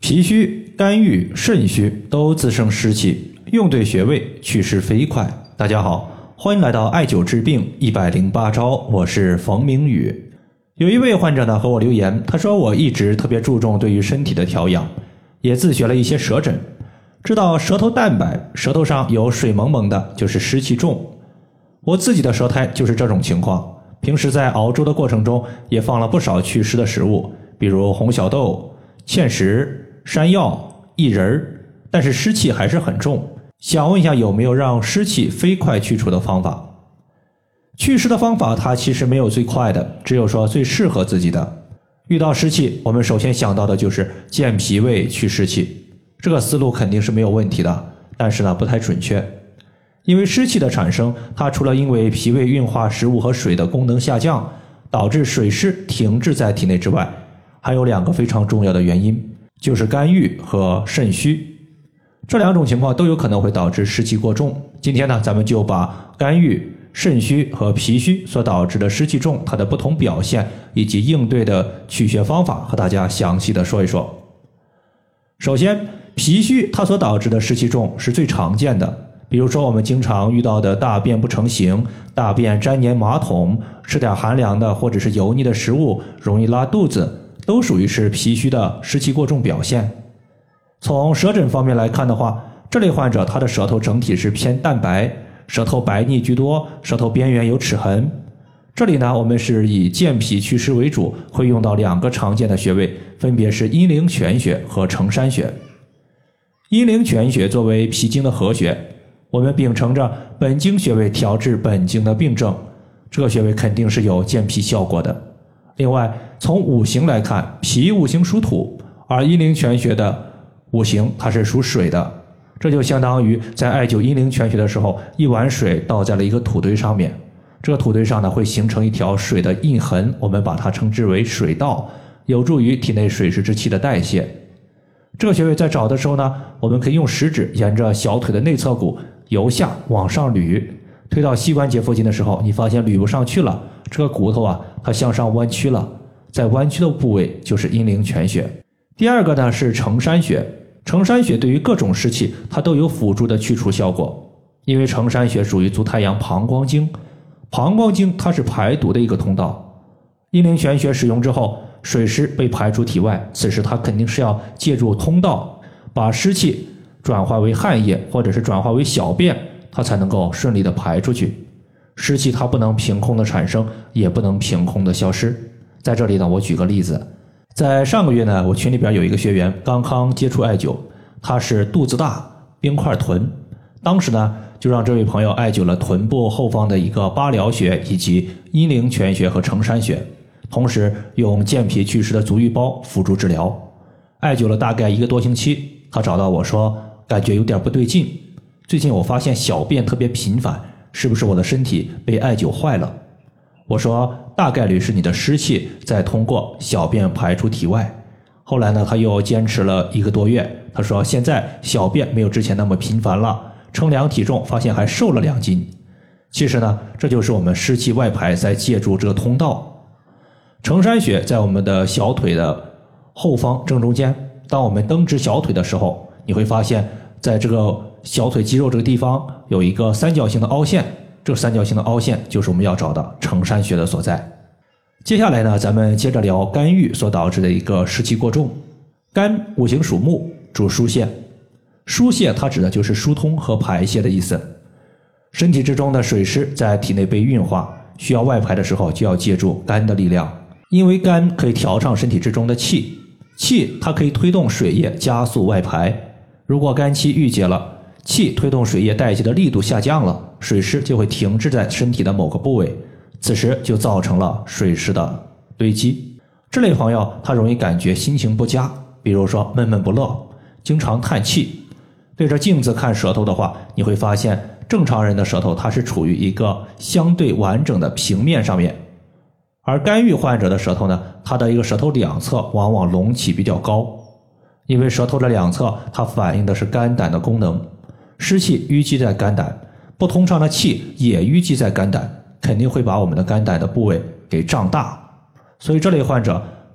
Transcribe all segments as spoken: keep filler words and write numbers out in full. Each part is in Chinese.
脾虚、肝郁、肾虚都滋生湿气，用对穴位祛湿飞快。大家好，欢迎来到艾灸治病一百零八招，我是冯明宇。有一位患者呢和我留言，他说我一直特别注重对于身体的调养，也自学了一些舌诊，知道舌头淡白，舌头上有水蒙蒙的，就是湿气重。我自己的舌苔就是这种情况，平时在熬粥的过程中也放了不少祛湿的食物，比如红小豆、芡实、山药、薏仁，但是湿气还是很重。想问一下有没有让湿气飞快去除的方法？祛湿的方法它其实没有最快的，只有说最适合自己的。遇到湿气，我们首先想到的就是健脾胃祛湿气，这个思路肯定是没有问题的，但是呢不太准确。因为湿气的产生，它除了因为脾胃运化食物和水的功能下降，导致水湿停滞在体内之外，还有两个非常重要的原因，就是肝郁和肾虚。这两种情况都有可能会导致湿气过重。今天呢，咱们就把肝郁、肾虚和脾虚所导致的湿气重，它的不同表现以及应对的祛血方法和大家详细的说一说。首先，脾虚它所导致的湿气重是最常见的，比如说我们经常遇到的大便不成形、大便粘黏马桶、吃点寒凉的或者是油腻的食物、容易拉肚子，都属于是脾虚的湿气过重表现。从舌诊方面来看的话，这类患者他的舌头整体是偏淡白，舌头白腻居多，舌头边缘有齿痕。这里呢，我们是以健脾祛湿为主，会用到两个常见的穴位，分别是阴陵泉穴和承山穴。阴陵泉穴作为脾经的合穴，我们秉承着本经穴位调治本经的病症，这个穴位肯定是有健脾效果的。另外，从五行来看，脾五行属土，而阴陵泉穴的五行它是属水的，这就相当于在艾灸阴陵泉穴的时候，一碗水倒在了一个土堆上面，这个土堆上呢会形成一条水的印痕，我们把它称之为水道，有助于体内水湿之气的代谢。这个穴位在找的时候呢，我们可以用食指沿着小腿的内侧骨由下往上捋，推到膝关节附近的时候，你发现捋不上去了，这个骨头啊它向上弯曲了，在弯曲的部位就是阴陵泉穴。第二个呢是承山穴，承山穴对于各种湿气它都有辅助的去除效果，因为承山穴属于足太阳膀胱经，膀胱经它是排毒的一个通道，阴陵泉穴使用之后，水湿被排出体外，此时它肯定是要借助通道把湿气转化为汗液或者是转化为小便，它才能够顺利的排出去。湿气它不能凭空的产生，也不能凭空的消失。在这里呢，我举个例子，在上个月呢，我群里边有一个学员刚刚接触艾灸，他是肚子大，冰块臀，当时呢就让这位朋友艾灸了臀部后方的一个八髎穴以及阴陵泉穴和承山穴，同时用健脾祛湿的足浴包辅助治疗。艾灸了大概一个多星期，他找到我说感觉有点不对劲，最近我发现小便特别频繁，是不是我的身体被艾灸坏了？我说大概率是你的湿气在通过小便排出体外。后来呢，他又坚持了一个多月，他说现在小便没有之前那么频繁了，称量体重发现还瘦了两斤。其实呢，这就是我们湿气外排在借助这个通道。承山穴在我们的小腿的后方正中间，当我们蹬直小腿的时候，你会发现在这个小腿肌肉这个地方有一个三角形的凹陷，这个三角形的凹陷就是我们要找的承山穴的所在。接下来呢，咱们接着聊肝郁所导致的一个湿气过重。肝五行属木，主疏泄，疏泄它指的就是疏通和排泄的意思。身体之中的水湿在体内被运化，需要外排的时候就要借助肝的力量，因为肝可以调畅身体之中的气，气它可以推动水液加速外排。如果肝气郁结了，气推动水液代谢的力度下降了，水湿就会停滞在身体的某个部位，此时就造成了水湿的堆积。这类朋友他容易感觉心情不佳，比如说闷闷不乐，经常叹气。对着镜子看舌头的话，你会发现正常人的舌头它是处于一个相对完整的平面上面，而肝郁患者的舌头呢，它的一个舌头两侧往往隆起比较高，因为舌头的两侧它反映的是肝胆的功能，湿气淤积在肝胆，不通畅的气也淤积在肝胆，肯定会把我们的肝胆的部位给胀大。所以这类患者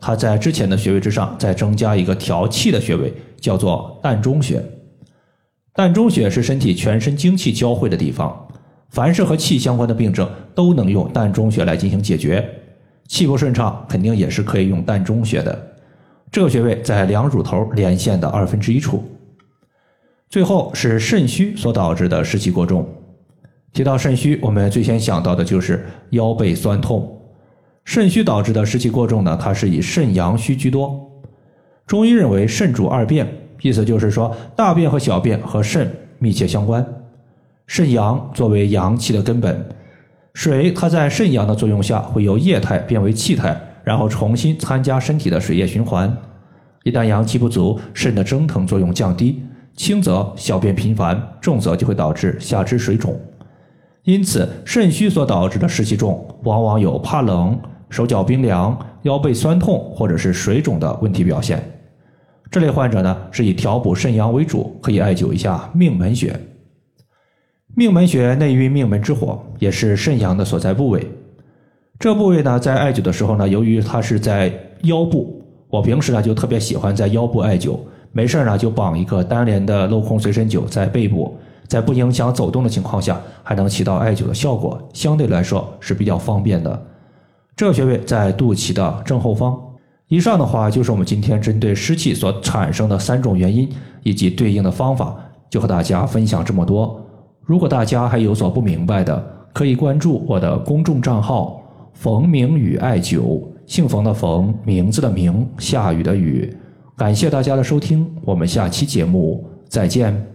它在之前的穴位之上再增加一个调气的穴位，叫做膻中穴。膻中穴是身体全身精气交汇的地方，凡是和气相关的病症都能用膻中穴来进行解决。气不顺畅肯定也是可以用膻中穴的，这个穴位在两乳头连线的二分之一处。最后是肾虚所导致的湿气过重。提到肾虚，我们最先想到的就是腰背酸痛。肾虚导致的湿气过重呢，它是以肾阳虚居多。中医认为肾主二便，意思就是说大便和小便和肾密切相关。肾阳作为阳气的根本，水它在肾阳的作用下会由液态变为气态，然后重新参加身体的水液循环。一旦阳气不足，肾的蒸腾作用降低，轻则小便频繁，重则就会导致下肢水肿。因此肾虚所导致的湿气重，往往有怕冷、手脚冰凉、腰背酸痛或者是水肿的问题表现。这类患者呢，是以调补肾阳为主，可以艾灸一下命门穴。命门穴内蕴命门之火，也是肾阳的所在部位。这部位呢，在艾灸的时候呢，由于它是在腰部，我平时呢就特别喜欢在腰部艾灸，没事呢就绑一个单联的镂空随身灸在背部，在不影响走动的情况下，还能起到艾灸的效果，相对来说是比较方便的。这个穴位在肚脐的正后方。以上的话就是我们今天针对湿气所产生的三种原因以及对应的方法，就和大家分享这么多。如果大家还有所不明白的，可以关注我的公众账号冯明宇艾灸，姓冯的冯，名字的名，下雨的雨。感谢大家的收听，我们下期节目再见。